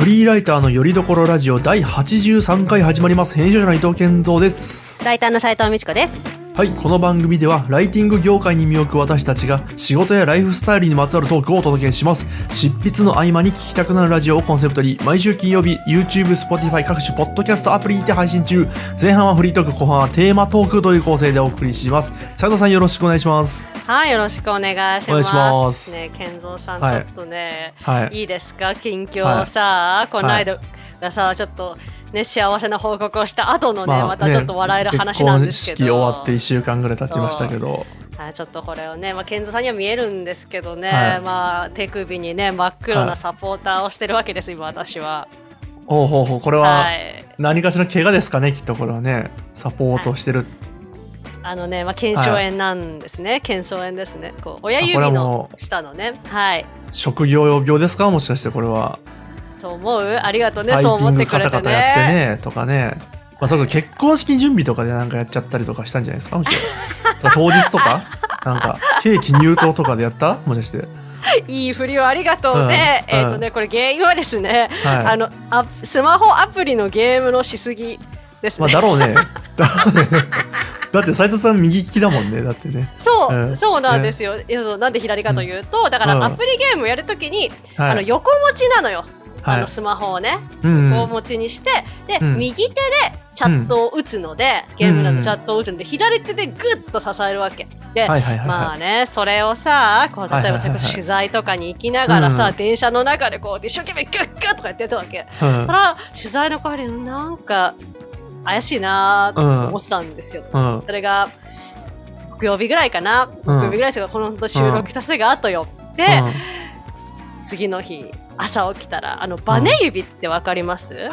リーライターのよりどころラジオ第83回始まります。編集者の伊藤健三です。 ライターの斉藤美智子です。 はい、この番組ではライティング業界に身を置く私たちが仕事やライフスタイルにまつわるトークをお届けします。執筆の合間に聞きたくなるラジオをコンセプトに毎週金曜日 YouTube、Spotify 各種ポッドキャストアプリにて配信中。前半はフリートーク、後半はテーマトークという構成でお送りします。斉藤さん、よろしくお願いします。 はい、よろしくお願いします。 お願いしますね、健三さん、 はい、 ちょっとね、 はいいいですか、近況をさ、この間がさ、ちょっとね、幸せな報告をした後のね、またちょっと笑える話なんですけど、 結婚式終わって1週間ぐらい経ちましたけど、 ちょっとこれをね、健三さんには見えるんですけどね、手首にね、真っ黒なサポーターをしてるわけです、今私は。 ほう、これは何かしら怪我ですかね、きっとこれはね、サポートしてる。 腱鞘炎なんですね。腱鞘炎ですね。こう親指の下のね、はい。 職業病ですか、もしかしてこれは。 と思う？ありがとうね、そう思ってくれてね。 タイピングカタカタやってねとかね。それ結婚式準備とかでなんかやっちゃったりとかしたんじゃないですか、もしか当日とかなんかケーキ入刀とかでやった？もしかして。 いい振りをありがとうね。これ原因はですね、スマホアプリのゲームのしすぎですね。 だろうね。だって斉藤さん右利きだもんね、だってね。 そうなんですよ。なんで左かというと、だからアプリゲームをやるときに、横持ちなのよ。スマホをね、横持ちにして、で、右手でチャットを打つので、ゲームのチャットを打つので、左手でグッと支えるわけで、まあね、それをさ、こう例えばそれこそ取材とかに行きながらさ、電車の中でこう一生懸命グッグッとかやってたわけ。だから取材の代わりになんか怪しいなと思ってたんですよ。それが木曜日ぐらいかな、木曜日ぐらいですが、この収録したすぐ後よって、次の日朝起きたらバネ指ってわかります？で、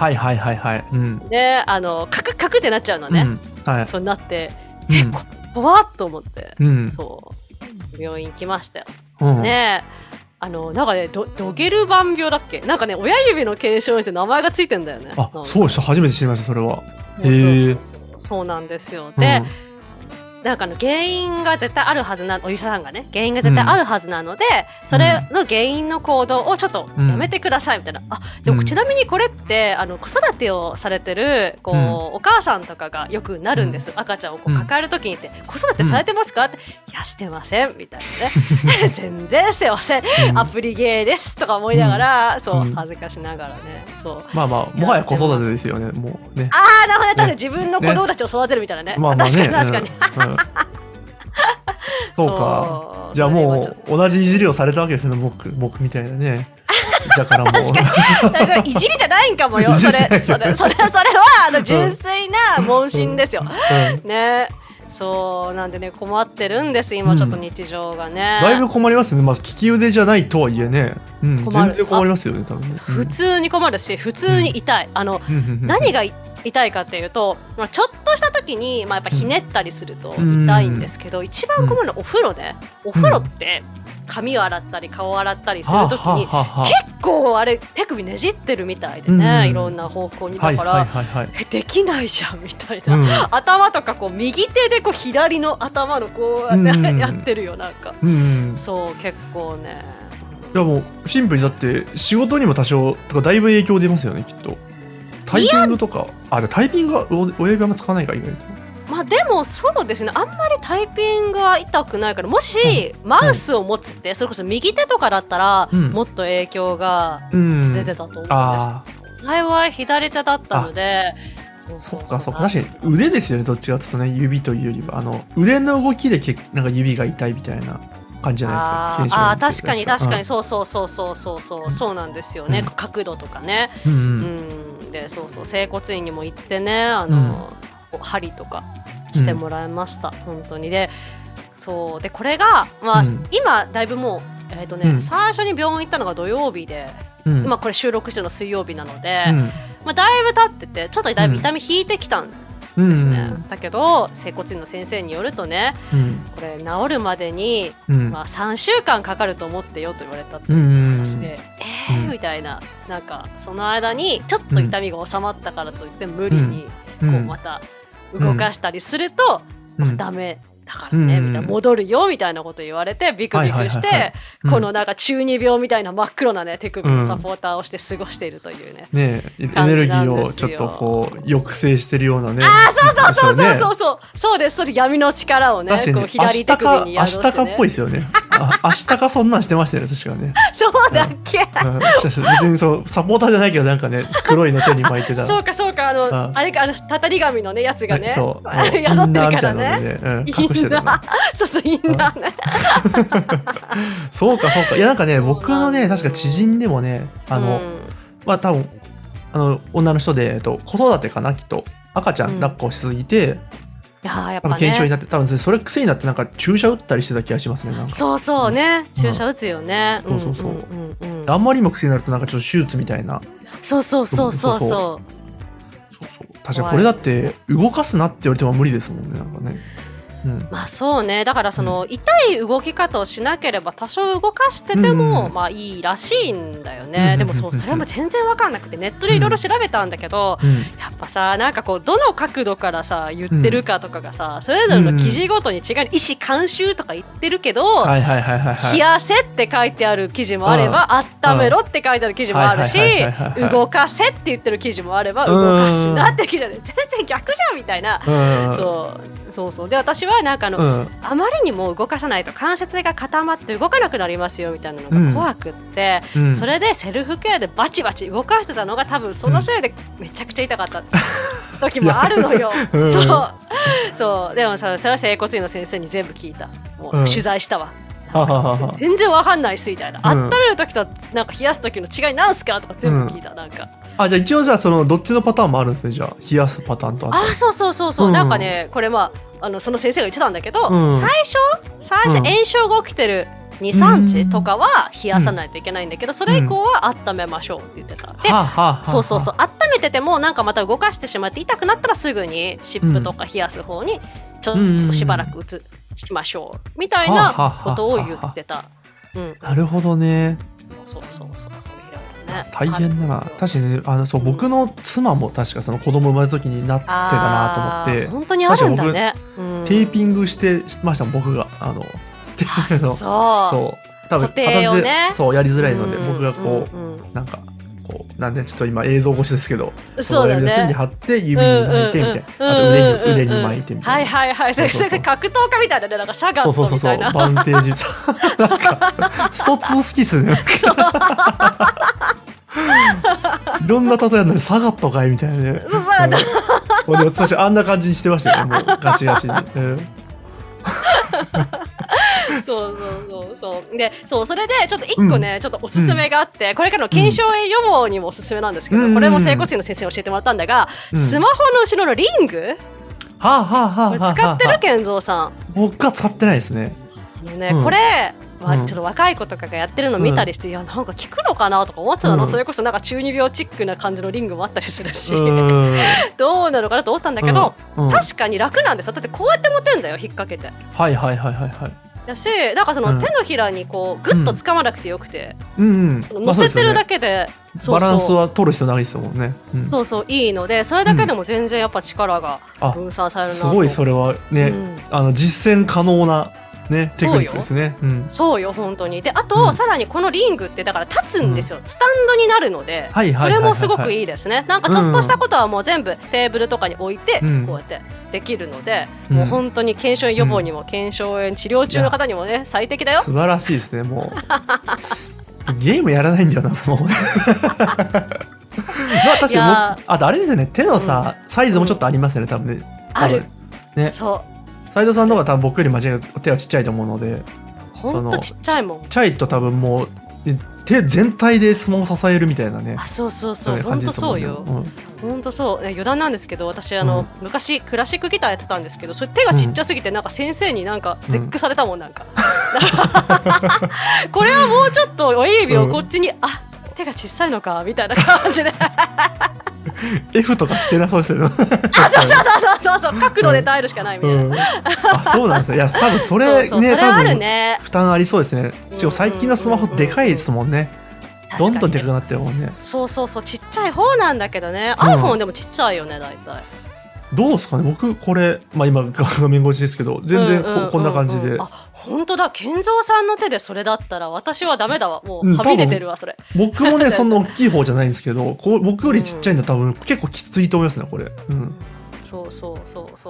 カクカクってなっちゃうのね。そうなって怖っと思って、そう病院行きましたよ。ね、なんかね、ドゲルバン病だっけ、なんかね、親指の腱鞘炎って名前がついてんだよね。 あ、そうでした。初めて知りました、それは。 そうなんですよ。で、なんか原因が絶対あるはずな、お医者さんがね、原因が絶対あるはずなので、それの原因の行動をちょっとやめてくださいみたいな。でもちなみにこれって子育てをされてるお母さんとかがよくなるんです。赤ちゃんを抱えるときにって子育てされてますかって、いやしてませんみたいなね全然してません、アプリゲーですとか思いながら、恥ずかしながらね、 もはや子育てですよね、もうね。 なるほどね、自分の子供たちを育てるみたいなね。確かにそうか。じゃあもう同じいじりをされたわけですよね、僕みたいなね。だからもういじりじゃないんかもよ。それは純粋な問診ですよ。ね。そうなんでね、困ってるんです今、ちょっと日常がね。 だいぶ困りますね。利き腕じゃないとはいえね。全然困りますよね、多分。 普通に困るし、普通に痛い。何が痛いかっていうと、ちょっとした時に、やっぱひねったりすると痛いんですけど、一番困るのはお風呂ね。お風呂って髪を洗ったり顔を洗ったりする時に結構あれ手首ねじってるみたいでね、いろんな方向に。だからできないじゃんみたいな、頭とか右手で左の頭のこうやってるよ、なんか。そう結構ね。 いやもうシンプルにだって仕事にも多少とかだいぶ影響出ますよね、きっと。タイピングとか、タイピングは親指あんま使わないから意外と。 でもそうですね、あんまりタイピングは痛くないから、もしマウスを持つって、それこそ右手とかだったら、もっと影響が出てたと思うんです。幸い左手だったので。 そっか確かに腕ですよね、どっちかっていうとね、指というよりは腕の動きでなんか指が痛いみたいな感じじゃないですか。 確かにそうなんですよね、角度とかね。で整骨院にも行ってね、針とかしてもらいました、本当に。でこれが、今だいぶもう、最初に病院行ったのが土曜日で、今これ収録してるの水曜日なので、だいぶ経っててちょっとだいぶ痛み引いてきたんですね。だけど整骨院の先生によるとね、これ治るまでに、3週間かかると思ってよと言われたって話で、みたいな、なんかその間にちょっと痛みが収まったからといって無理にこうまた動かしたりすると、ダメだからね、みたいな戻るよみたいなこと言われてビクビクして、このなんか中二病みたいな真っ黒なね手首のサポーターをして過ごしているというね、 エネルギーをちょっとこう抑制してるようなね。 そうです。闇の力をねこう左手首に宿してね。 アシタカっぽいですよね。アシタカそんなんしてましたよね確かね。 そうだっけ。 別にそうサポーターじゃないけどなんかね黒いの手に巻いてた。 そうかあれかたたり紙のねやつがね宿ってるからね。そうインナーね。 そうかいやなんかね僕のね確か知人でもねまあ多分女の人で子育てかなきっと赤ちゃん抱っこしすぎて、 やっぱね、 腱鞘になって多分それ癖になってなんか注射打ったりしてた気がしますね。なんかそうね、注射打つよね。 あんまりにも癖になるとなんかちょっと手術みたいな。 そう確かにこれだって動かすなって言われても無理ですもんねなんかね。 まあそうね、だからその痛い動き方をしなければ多少動かしててもまあいいらしいんだよね。でもそれも全然分かんなくてネットでいろいろ調べたんだけど、やっぱさなんかこうどの角度からさ言ってるかとかがさそれぞれの記事ごとに違う、医師監修とか言ってるけど冷やせって書いてある記事もあれば温めろって書いてある記事もあるし動かせって言ってる記事もあれば動かすなって記事で全然逆じゃんみたいな。そうで私はなんかあまりにも動かさないと関節が固まって動かなくなりますよみたいなのが怖くって、それでセルフケアでバチバチ動かしてたのが多分そのせいでめちゃくちゃ痛かった時もあるのよ。そうでもさそれは整骨院の先生に全部聞いた。もう取材したわ。全然わかんないっすみたいな。温める時となんか冷やす時の違いなんすかとか全部聞いた。なんかじゃあ一応じゃあそのどっちのパターンもあるんですね。じゃあ冷やすパターンとそう、なんかねこれその先生が言ってたんだけど、最初炎症が起きてる 2,3 日とかは冷やさないといけないんだけど、それ以降は温めましょうって言ってた。でそう温めててもなんかまた動かしてしまって痛くなったらすぐに湿布とか冷やす方にちょっとしばらく移しましょうみたいなことを言ってた。 なるほどね。 そう大変だな。確かにそう僕の妻も確かその子供生まれた時になってたなと思って。 本当にあるんだね。 テーピングしてました僕がそう多分固定をねそうやりづらいので僕がこうなんかこうなんでちょっと今映像越しですけどそうだね指に貼って指に巻いてみたいな、あと腕に巻いてみたいな。それ格闘家みたいなね。なんかサガットみたいなバンテージなんかスト2好きっすね。いろんな例えなのにサガットかいみたいなね。私あんな感じにしてましたよね。もうガチガチに。 でそれでちょっと1個ね、ちょっとおすすめがあって、これからの腱鞘炎予防にもおすすめなんですけど、これも整骨院の先生に教えてもらったんだが、スマホの後ろのリング、これ使ってる健三さん。 僕は使ってないですね。 これちょっと若い子とかがやってるの見たりして、いやなんか効くのかなとか思ってたの。それこそなんか中二病チックな感じのリングもあったりするしどうなのかなと思ったんだけど、確かに楽なんですよ。だってこうやって持てんだよ、引っ掛けて。だし、なんかその手のひらにこうグッと掴まなくてよくて、乗せてるだけでバランスは取る必要ないですもんね。 いいので、それだけでも全然やっぱ力が分散されるなと。 すごいそれはね、実践可能なね、テクニックですね。 そうよ本当に。であと、さらにこのリングってだから立つんですよ。スタンドになるので、それもすごくいいですね。なんかちょっとしたことはもう全部テーブルとかに置いてこうやってできるので、もう本当に腱鞘炎予防にも腱鞘炎治療中の方にもね最適だよ。 素晴らしいですね。もうゲームやらないんだよなスマホで。確かにあとあれですよね、手のさサイズもちょっとありますよね多分ね。 あるね。斉藤さんの方が多分僕より間違い手はちっちゃいと思うので、 ほんとちっちゃいもん。 ちっちゃいと多分もう手全体で相撲を支えるみたいなね。 そうほんとそうよ。ほんとそう。余談なんですけど、私昔クラシックギターやってたんですけど、それ手がちっちゃすぎてなんか先生になんか絶句されたもん。なんかこれはもうちょっと親指をこっちに、手が小さいのかみたいな感じで F とか弾けなそうですよね。 そう角度で耐えるしかないみたいな。 そうなんですよ。いや多分それね、 それあるね。 負担ありそうですね。しかも最近のスマホでかいですもんね。どんどんでかくなってるもんね。 そうちっちゃい方なんだけどね。iPhone でもちっちゃいよね大体。 どうですかね、僕これ、まあ、今画面越しですけど全然こんな感じで。 あ、本当だ、健三さんの手でそれだったら私はダメだわ、もうはみ出てるわそれ。 僕もねそんな大きい方じゃないんですけど、僕よりちっちゃいんだ多分結構きついと思いますねこれ。 そう。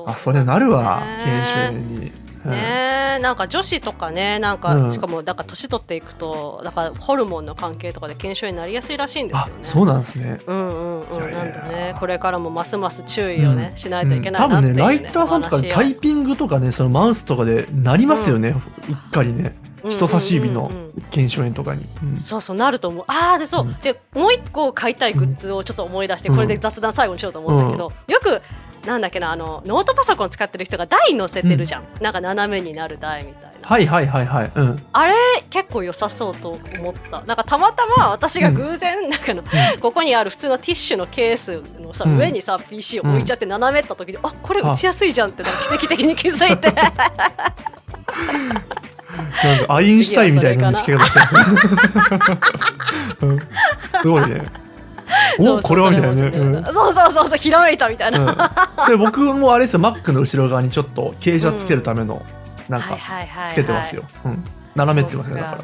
あ、それなるわ、研修炎に。 ね、なんか女子とかね、なんかしかもなんか年取っていくとだからホルモンの関係とかで腱鞘炎になりやすいらしいんですよね。 あ、そうなんですね。 なんでね、これからもますます注意をね、しないといけないなっていう、 多分ねライターさんとかタイピングとかね、そのマウスとかでなりますよね、うっかりね。人差し指の腱鞘炎とかに、 そうなると思う。でそう、でもう一個買いたいグッズをちょっと思い出して、これで雑談最後にしようと思うんだけど、よくなんだっけな、ノートパソコン使ってる人が台乗せてるじゃん、なんか斜めになる台みたいな。 はい、 あれ結構良さそうと思った。なんかたまたま私が偶然なんかの、ここにある普通のティッシュのケースのさ、上にさ PC を置いちゃって斜めった時に、あ、これ打ちやすいじゃんってなんか奇跡的に気づいてなんかアインシュタインみたいな見つけ方してますねすごいね。お、これはみたいなね。 そうひらめいたみたいな。 それ僕もあれですよ、Mac の後ろ側にちょっと傾斜つけるためのなんかつけてますよ。斜めってますね、だから。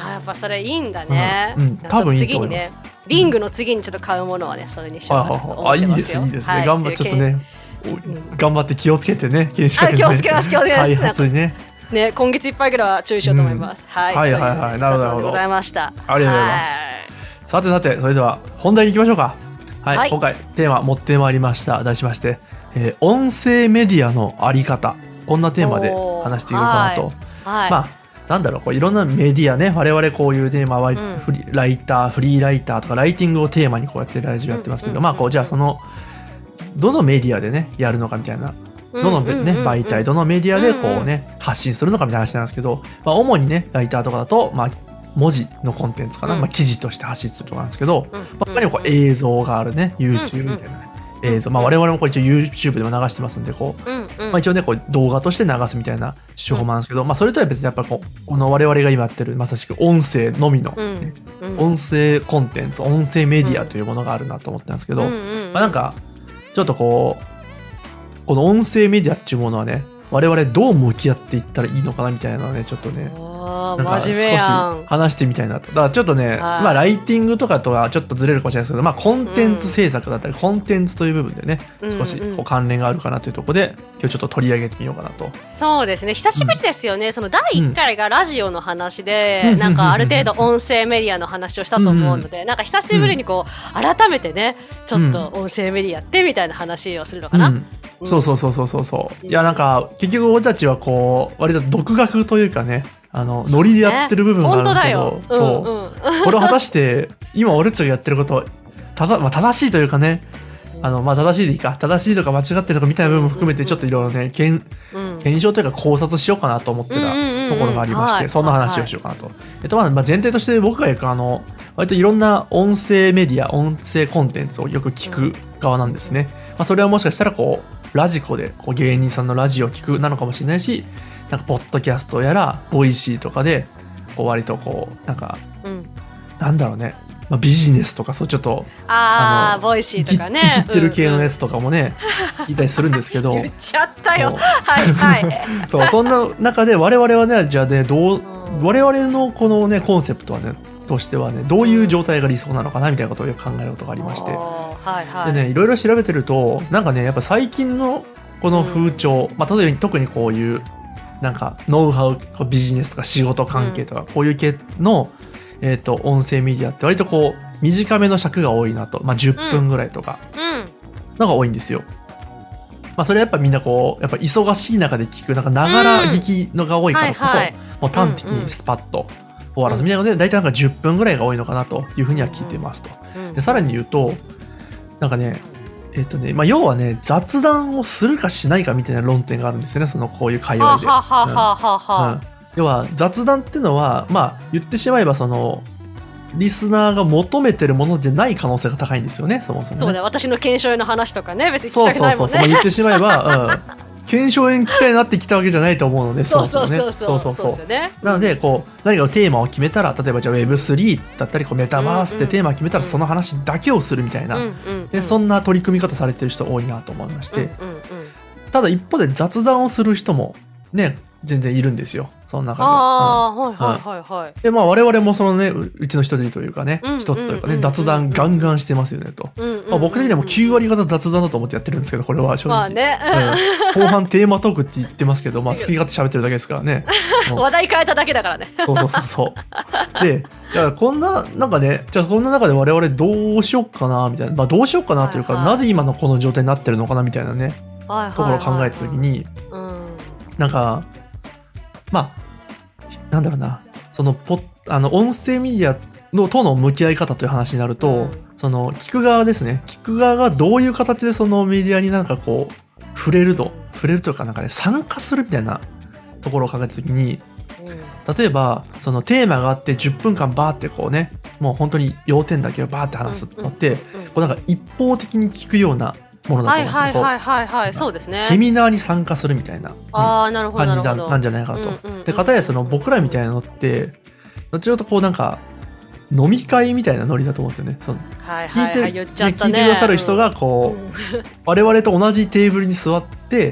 やっぱそれいいんだね。 多分いいと思います。 リングの次にちょっと買うものはね、それにしようかなと思ってますよ。 いいですね。頑張ってちょっとね、頑張って気をつけてね、 気をつけます。 再発にね。 ね、今月いっぱいぐらいは注意しようと思います。はい、 なるほど。 ございました。 ありがとうございます。さてそれでは本題に行きましょうか。はい、今回テーマ持ってまいりました。題しまして、音声メディアのあり方、こんなテーマで話していこうかなと。まあなんだろう、こういろんなメディアね、我々こういうテーマはフリーライターとかライティングをテーマにこうやってラジオやってますけど、まあこうじゃあそのどのメディアでねやるのかみたいな。どのね媒体、どのメディアでこうね発信するのかみたいな話なんですけど、まあ主にねライターとかだとまあ文字のコンテンツかな、まあ記事として発信するとかなんですけど、他にもこう映像があるね YouTube みたいな映像、まあ我々もこれ一応 YouTube でも流してますんでこう、まあ一応ねこう動画として流すみたいな手法なんですけど、まあそれとは別にやっぱこの我々が今やってるまさしく音声のみの音声コンテンツ、音声メディアというものがあるなと思ったんですけど、まあなんかちょっとこの音声メディアっていうものはね、我々どう向き合っていったらいいのかなみたいなのをねちょっとねなんか少し話してみたいなと。だからちょっとね、まあライティングとかとはちょっとずれるかもしれないですけど、まあコンテンツ制作だったり、コンテンツという部分でね少しこう関連があるかなというところで今日ちょっと取り上げてみようかなと。 そうですね、久しぶりですよね、その第1回がラジオの話で、なんかある程度音声メディアの話をしたと思うので、なんか久しぶりにこう改めてねちょっと音声メディアってみたいな話をするのかな。 そう。いやなんか結局俺たちはこう割と独学というかね、ノリでやってる部分があるんですけど、これを果たして今俺たちがやってることまあ、正しいというかね、まあ正しいでいいか、正しいとか間違ってるとかみたいな部分も含めてちょっといろいろね検証というか考察しようかなと思ってたところがありまして、そんな話をしようかなと。まあ前提として僕がよく割といろんな音声メディア、音声コンテンツをよく聞く側なんですね。まあそれはもしかしたらこうラジコでこう芸人さんのラジオを聞くなのかもしれないし、なんかポッドキャストやらボイシーとかでこう割とこうなんか、なんだろうね、まあ、ビジネスとかそうちょっとボイシーとかね生きってる系のやつとかもね、聞いたりするんですけど言っちゃったよそうそんな中で我々はねじゃあね我々のこのねコンセプトはねとしてはねどういう状態が理想なのかなみたいなことをよく考えることがありまして、でねいろいろ調べてるとなんかねやっぱ最近のこの風潮、まあ例えば特にこういうなんかノウハウビジネスとか仕事関係とかこういう系の音声メディアって割とこう短めの尺が多いなと、まあ10分ぐらいとかのが多いんですよ。まあそれはやっぱみんなこうやっぱ忙しい中で聞くなんかながら聞きのが多いからこそ、もう端的にスパッと終わらすみたいなので大体なんか10分ぐらいが多いのかなというふうには聞いてますと。でさらに言うとなんかねまあ、要はね雑談をするかしないかみたいな論点があるんですよね、そのこういう会話で。要は雑談っていうのはまあ言ってしまえばそのリスナーが求めてるものでない可能性が高いんですよね、そもそもね。 そうだ、私の検証の話とかね別に聞きたくないもんね。 そう言ってしまえば、 検証演聞きたいなってきたわけじゃないと思うので、 そうなのでこう何かテーマを決めたら、例えばじゃあ Web3 だったりこうメタバースってテーマを決めたらその話だけをするみたいな、でそんな取り組み方されてる人多いなと思いまして、ただ一方で雑談をする人もね全然いるんですよ、その中では。でまあ我々もそのねうちの一人というかね、一つというかね、雑談ガンガンしてますよねと。僕的にはもう9割方雑談だと思ってやってるんですけど、これは正直、後半テーマトークって言ってますけど、まあ好き勝手喋ってるだけですからね。 話題変えただけだからね。 そうでじゃあこんな中で我々どうしよっかなみたいな、まあどうしよっかなというか、なぜ今のこの状態になってるのかなみたいなね、ところを考えた時に、なんかまあなんだろうな、その音声メディアのとの向き合い方という話になると、その聞く側ですね、聞く側がどういう形でそのメディアになんかこう触れるというかなんかね参加するみたいなところを考えた時に、例えばそのテーマがあって10分間バーってこうね、もう本当に要点だけをバーって話すのって、こうなんか一方的に聞くようなものだと思うんですよ。 そうですね。 セミナーに参加するみたいな感じなんじゃないかなと。で、片やその僕らみたいなのってどちらかとこうなんか飲み会みたいなノリだと思うんですよね。その聞いてくださる人がこう我々と同じテーブルに座って、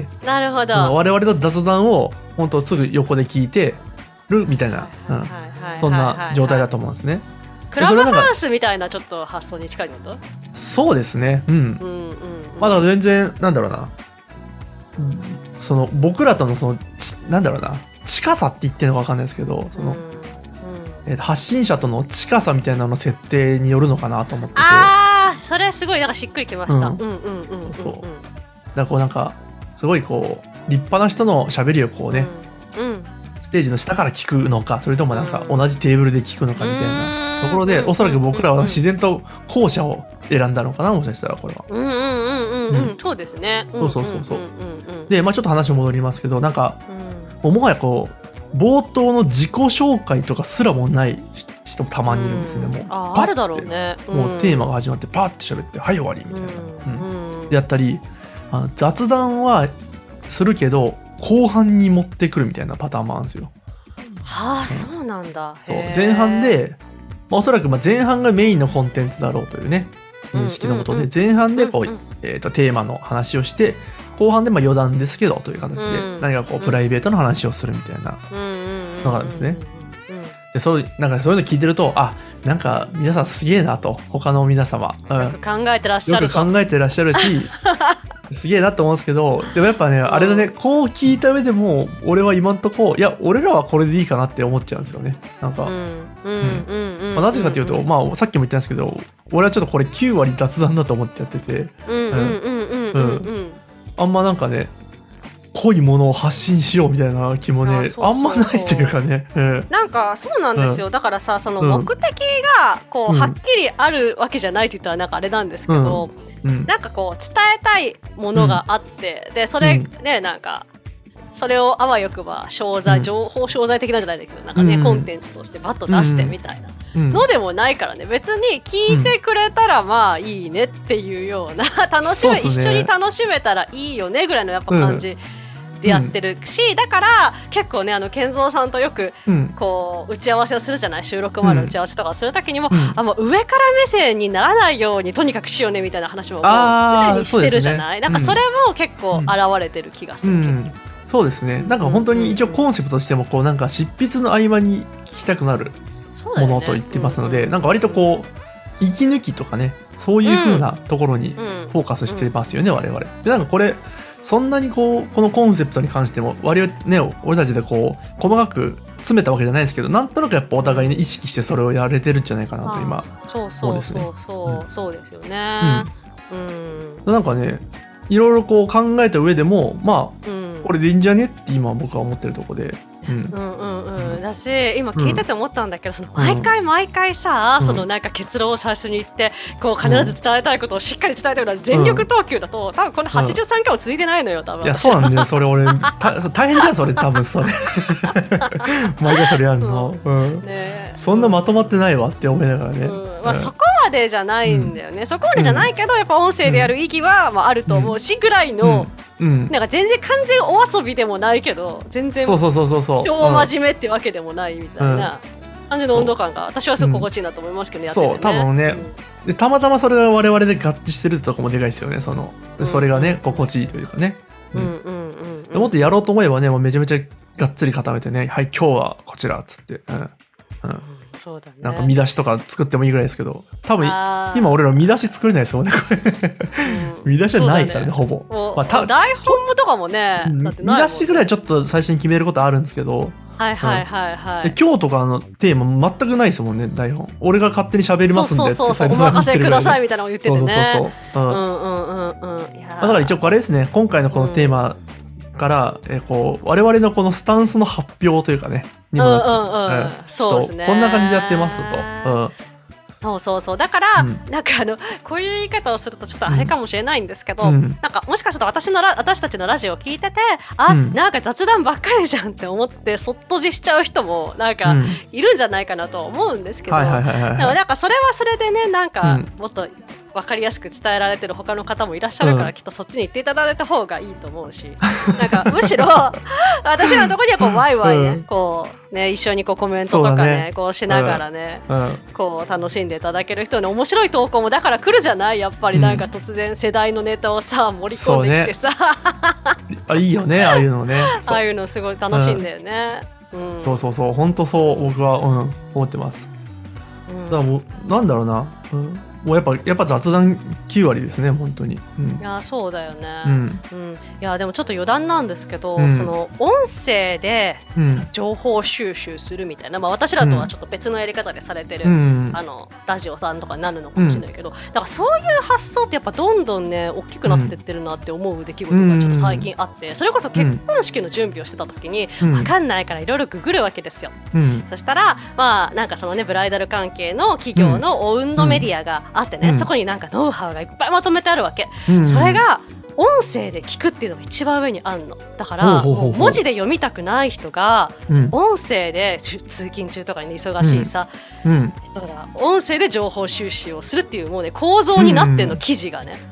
なるほど。 我々の雑談を本当すぐ横で聞いてるみたいな、そんな状態だと思うんですね。 クラブハウスみたいなちょっと発想に近いこと？ そうですね。まだ全然なんだろうな、その僕らとのそのなんだろうな、近さって言ってるのか分かんないですけど、その、発信者との近さみたいなの設定によるのかなと思ってて、 それすごいなんかしっくりきました。 そうだからこうなんかすごいこう立派な人の喋りをこうね、ステージの下から聞くのか、それともなんか同じテーブルで聞くのかみたいなところで、おそらく僕らは自然と後者を選んだのかな、もしかしたらこれは。 そうですね。 で、まあちょっと話戻りますけど、なんかもはやこう冒頭の自己紹介とかすらもない人もたまにいるんですね。もうあるだろうね。 もうテーマが始まってパッて喋ってはい終わりみたいな、でやったり、雑談はするけど後半に持ってくるみたいなパターンもあるんですよ。 そうなんだ。 そう前半で、おそらく前半がメインのコンテンツだろうというね認識のもとで、前半でこう、テーマの話をして、後半で余談ですけどという形で何かこうプライベートの話をするみたいなのがあるんですね。でなんかそういうの聞いてると、なんか皆さんすげえなと、他の皆様、 よく考えてらっしゃると、 よく考えてらっしゃるしすげえなと思うんですけど、でもやっぱね、あれだね、こう聞いた上でも俺は今んとこ、いや俺らはこれでいいかなって思っちゃうんですよね。なんかなぜかというと、さっきも言ったんですけど、俺はちょっとこれ9割雑談だと思ってやってて、あんまなんかね濃いものを発信しようみたいな気もね、あんまないというかね、 なんかそうなんですよ。だからさ、その目的がこうはっきりあるわけじゃないって言ったらなんかあれなんですけど、なんかこう伝えたいものがあって、でそれね、なんかそれをあわよくば情報商材的なんじゃないんだけど、なんかね、コンテンツとしてバッと出してみたいなのでもないからね、別に聞いてくれたらまあいいねっていうような、一緒に楽しめたらいいよねぐらいのやっぱ感じでやってるし、だから結構ね、健三さんとよくこう打ち合わせをするじゃない、収録前の打ち合わせとかするときにも、もう上から目線にならないようにとにかくしようねみたいな話も常にしてるじゃない。なんかそれも結構現れてる気がする。 そうですね。なんか本当に一応コンセプトとしてもこうなんか執筆の合間に聞きたくなるものと言ってますので、なんか割とこう息抜きとかね、そういう風なところにフォーカスしてますよね、我々。でなんかこれそんなにこのコンセプトに関しても俺たちでこう細かく詰めたわけじゃないですけど、なんとなくやっぱお互いに意識してそれをやれてるんじゃないかなと今そうですよね。なんかね、いろいろこう考えた上でもこれでいいんじゃねって今僕は思ってるところで、 だし今聞いてて思ったんだけど、その毎回さ、そのなんか結論を最初に言ってこう必ず伝えたいことをしっかり伝えたような全力投球だと、多分この83回も続いてないのよ多分。 いやそうなんだよ、それ俺大変じゃんそれ、多分それ毎回それやるの、そんなまとまってないわって思いながらね、 そこまでじゃないんだよね、そこまでじゃないけどやっぱ音声でやる意義はあると思うしぐらいのなんか全然完全お遊びでもないけど全然超真面目ってわけでもないみたいな感じの温度感が私はすごく心地いいなと思いますけどね、やっててね。 そう多分ね、でたまたまそれが我々で合致してるとこもでかいですよね。それがね心地いいというかね。もっとやろうと思えばね、もうめちゃめちゃがっつり固めてね、はい今日はこちらっつって、 そうだね、 なんか見出しとか作ってもいいぐらいですけど、多分今俺ら見出し作れないですもんねこれ見出しはないからね、ほぼ、 台本とかもね、だってないもんね。 見出しぐらいちょっと最初に決めることあるんですけど、 はいはいはいはい、 今日とかのテーマ全くないですもんね、台本。俺が勝手に喋りますんでって、 そうお任せくださいみたいなのを言っててね。 だから一応あれですね、今回のこのテーマから、我々のこのスタンスの発表というかねにもなって、そうですね、こんな感じでやってますと。 そうだから、なんかこういう言い方をするとちょっとあれかもしれないんですけど、なんかもしかすると私たちのラジオを聞いてて、なんか雑談ばっかりじゃんって思ってそっとじしちゃう人もなんかいるんじゃないかなと思うんですけど、でもなんかそれはそれでね、なんかもっと分かりやすく伝えられてる他の方もいらっしゃるから、きっとそっちに行っていただいた方がいいと思うし、なんかむしろ私のところにはこうワイワイね、こうね一緒にこうコメントとかねこうしながらね、こう楽しんでいただける人の面白い投稿もだから来るじゃない、やっぱりなんか突然世代のネタをさ盛り込んできてさ、 いいよね、ああいうのね。 ああいうのすごい楽しいんだよね。 そう本当そう僕は思ってます。だからもうなんだろうな、もうやっぱ雑談9割ですね本当に。いやそうだよね。いやでもちょっと余談なんですけど、その音声で情報収集するみたいな、私らとはちょっと別のやり方でされてる、ラジオさんとかになるのかもしれないけど、だからそういう発想ってやっぱどんどんね大きくなってってるなって思う出来事がちょっと最近あって、それこそ結婚式の準備をしてた時に分かんないからいろいろググるわけですよ。そしたらなんかそのねブライダル関係の企業のオウンドメディアがあってね、そこになんかノウハウがいっぱいまとめてあるわけ、それが音声で聞くっていうのが一番上にあるのだから、文字で読みたくない人が音声で通勤中とかに忙しいさ、だから音声で情報収集をするっていうもうね構造になってんの、記事がね。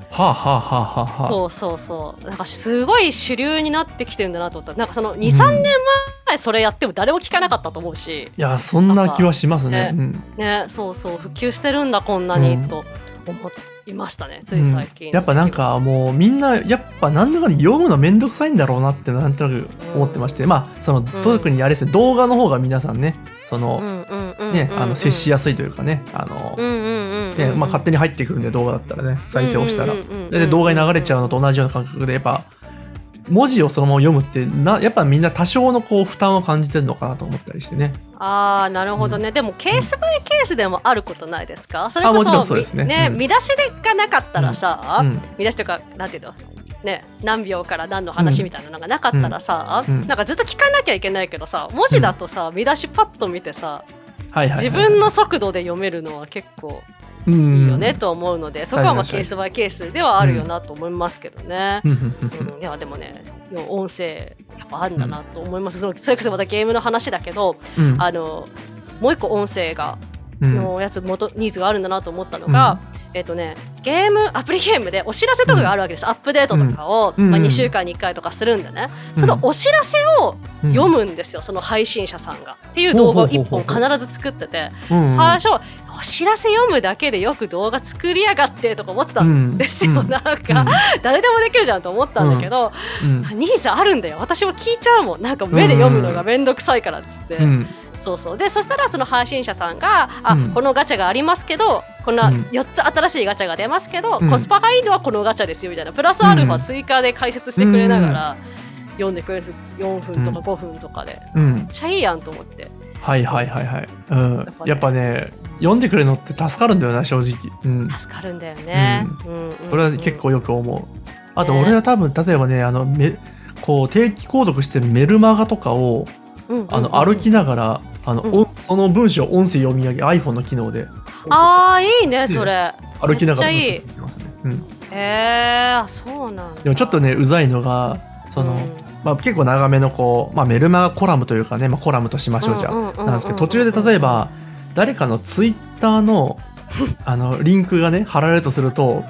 そうなんかすごい主流になってきてるんだなと思った。なんかその 2,3 年前それやっても誰も聞かなかったと思うし、 いやそんな気はしますね。 そう普及してるんだこんなに、と思いましたね、つい最近。 やっぱなんかもうみんなやっぱなんだかんだ読むのめんどくさいんだろうなってなんとなく思ってまして、その特にあれですね、動画の方が皆さんねその接しやすいというかね、勝手に入ってくるんで動画だったらね再生をしたらで動画に流れちゃうのと同じような感覚で、やっぱ文字をそのまま読むってやっぱみんな多少のこう負担を感じてるのかなと思ったりしてね。 なるほどね。でもケースバイケースでもあることないですか？それこそもちろんそうですね。 見出しがなかったらさ、見出しというかなんていうのね、何秒から何の話みたいなのがなかったらさ、なんかずっと聞かなきゃいけないけどさ、文字だとさ、見出しパッと見てさ、自分の速度で読めるのは結構いいよねと思うので、そこはケースバイケースではあるよなと思いますけどね。いやでもね、音声やっぱあるんだなと思います。それこそまたゲームの話だけど、もう一個音声のやつニーズがあるんだなと思ったのが、アプリゲームでお知らせとかがあるわけです。アップデートとかを2週間に1回とかするんでね、そのお知らせを読むんですよ、その配信者さんがっていう動画を1本必ず作ってて、最初お知らせ読むだけでよく動画作りやがってとか思ってたんですよ。なんか誰でもできるじゃんと思ったんだけど、ニーズあるんだよ、私も聞いちゃうもん、なんか目で読むのがめんどくさいからっつって。でそしたらその配信者さんがこのガチャがありますけど、こんな4つ新しいガチャが出ますけど、コスパがいいのはこのガチャですよみたいなプラスアルファ追加で解説してくれながら読んでくれるんです。4分とか5分とかで、めっちゃいいやんと思って。 やっぱね読んでくれるのって助かるんだよな、正直。 助かるんだよね。 それは結構よく思う。あと俺は多分例えばねこう定期購読してるメルマガとかを歩きながらその文章を音声読み上げ iPhone の機能で。 いいねそれ。 歩きながらずっと聞いてますね。 そうなんだ。 でもちょっとねうざいのが結構長めのメルマガコラムというかね、コラムとしましょうじゃなんですけど、途中で例えば誰かのツイッターのリンクがね貼られるとすると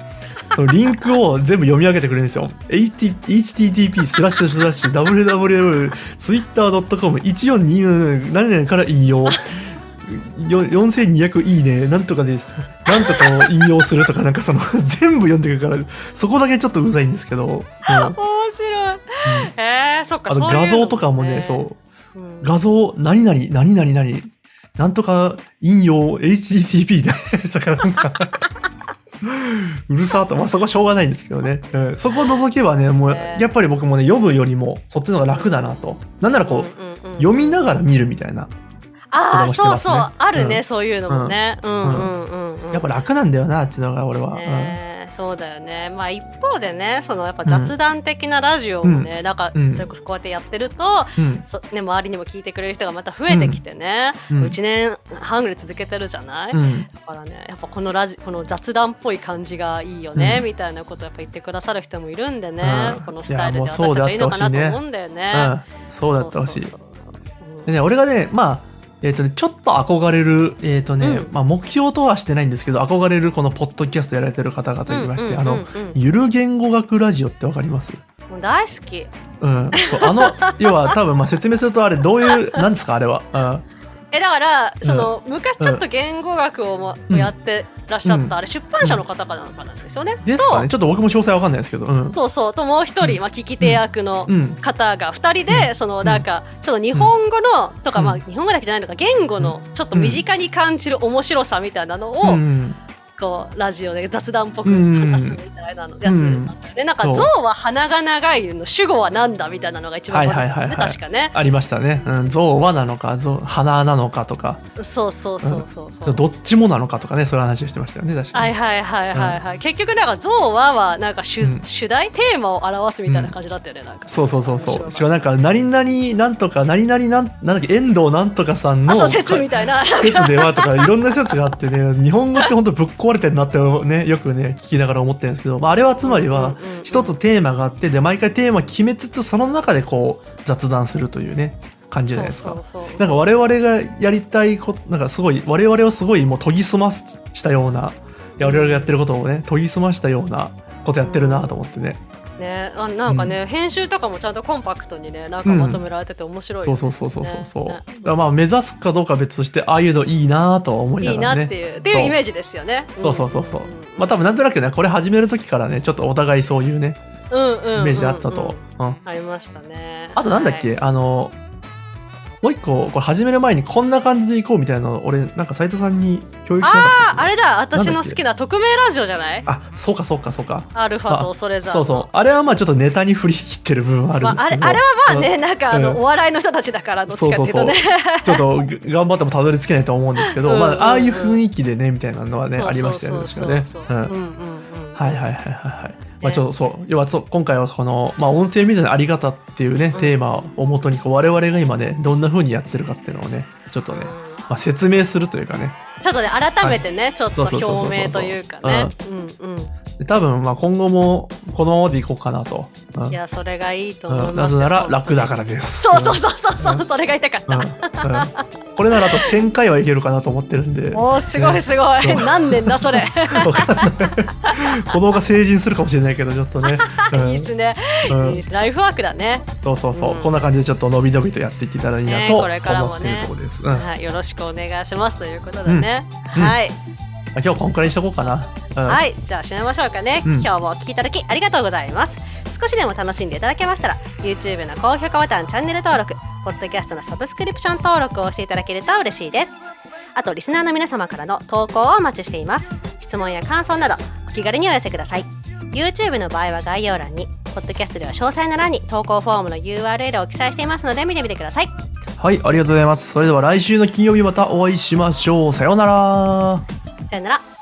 リンクを全部読み上げてくれるんですよ。http://www.twitter.com1420 何々から引用4200いいねなんとかですなんとかを引用するとかなんかその全部読んでくるからそこだけちょっとうざいんですけど、面白い、そっか。 あと画像とかもね、そう、画像何々何々何なんとか引用 http だからなんかうるさーと、まあそこはしょうがないんですけどね、そこを除けばね、もうやっぱり僕もね読むよりもそっちの方が楽だなと、なんならこう、読みながら見るみたいな。 ああ、そうそう、あるね、そういうのもね。 やっぱ楽なんだよな、あっちの方が俺は。 そうだよね。まあ一方でね、そのやっぱ雑談的なラジオもね、なんかそれこそこうやってやってると、ね、周りにも聞いてくれる人がまた増えてきてね、1年半ぐらい続けてるじゃない。だからね、やっぱこの雑談っぽい感じがいいよね、みたいなことをやっぱ言ってくださる人もいるんでね、このスタイルで私たちはいいのかなと思うんだよね。 そうだってほしい。でね、俺がね、まあちょっと憧れる、まあ、目標とはしてないんですけど、憧れるこのポッドキャストやられてる方々いまして、ゆる言語学ラジオってわかります？ もう大好き。 そう要は多分まあ説明するとあれどういう、なんですかあれは。 だからその、昔ちょっと言語学をやってらっしゃった、あれ出版社の方からの方なんですよね。 ですかね。ちょっと僕も詳細わかんないですけど。 そうそう。ともう一人、聞き手役の方が2人で、そのなんかちょっと日本語のとか、日本語だけじゃないのか、言語のちょっと身近に感じる面白さみたいなのを、こうラジオで雑談っぽく話すみたいなやつなんだよね。なんか象は鼻が長いの主語はなんだみたいなのが一番バズったね、確かね。 ありましたね。象はなのか鼻なのかとか、 そうどっちもなのかとかね、そういう話をしてましたよね、確かに。 はい。結局なんか象はなんか主題テーマを表すみたいな感じだったよね。なんかそう。しかもなんか何々なんとか何々なんだっけ、遠藤なんとかさんの説みたいな説ではとかいろんな説があってね、日本語って本当ぶっ壊れてるなってね、よくね聞きながら思ってるんですけど、あれはつまりは一つテーマがあって、で毎回テーマ決めつつその中でこう雑談するというね感じじゃないですか。なんか我々がやりたいこと、なんかすごい我々をすごいもう研ぎ澄ましたような、我々がやってることをね研ぎ澄ましたようなことやってるなと思ってね。 なんかね、編集とかもちゃんとコンパクトにね、なんかまとめられてて面白いよね。 そう。まあ目指すかどうか別として、ああいうのいいなと思いながらね。 いいなっていうイメージですよね。 そう。まあ多分なんとなくね、これ始める時からね、ちょっとお互いそういうね、イメージあったと。 ありましたね。 あとなんだっけ、もう一個これ始める前にこんな感じでいこうみたいなの俺なんか斉藤さんに共有しなかった。 あれだ、私の好きな匿名ラジオじゃない？ そうか。 アルファと恐れざる。 そう。あれはまあちょっとネタに振り切ってる部分はあるんですけど、 あれはまあね、なんかお笑いの人たちだからどっちかっていうとね、 ちょっと頑張ってもたどり着けないと思うんですけど、ああいう雰囲気でねみたいなのはねありましたよね、確かね。はい。まあちょっとそう、要は今回はこの、まあ、音声メディアのあり方っていうね、テーマをもとにこう我々が今ねどんな風にやってるかっていうのをねちょっとね、まあ、説明するというかね、 ちょっとね改めてね、ちょっと表明というかね、 多分まあ今後もこのままでいこうかなと。 いやそれがいいと思いますよ。 なぜなら楽だからです。 そうそれが言いたかった。 これならあと1000回はいけるかなと思ってるんで。 すごい何年だそれ。 子供が成人するかもしれないけどちょっとね。 いいですね。ライフワークだね。 そう。こんな感じでちょっと伸び伸びとやっていけたらいいなと思っているところです。 よろしくお願いしますということでね。はい。 今日こんくらいにしとこうかな。 はい、じゃあ締めましょうかね。今日もお聞きいただきありがとうございます。少しでも楽しんでいただけましたら YouTube の高評価ボタン、チャンネル登録、ポッドキャストのサブスクリプション登録をしていただけると嬉しいです。あとリスナーの皆様からの投稿をお待ちしています。質問や感想などお気軽にお寄せください。 YouTube の場合は概要欄に、ポッドキャストでは詳細な欄に投稿フォームの URL を記載していますので見てみてください。 はい、ありがとうございます。それでは来週の金曜日またお会いしましょう。さようなら。 さようなら。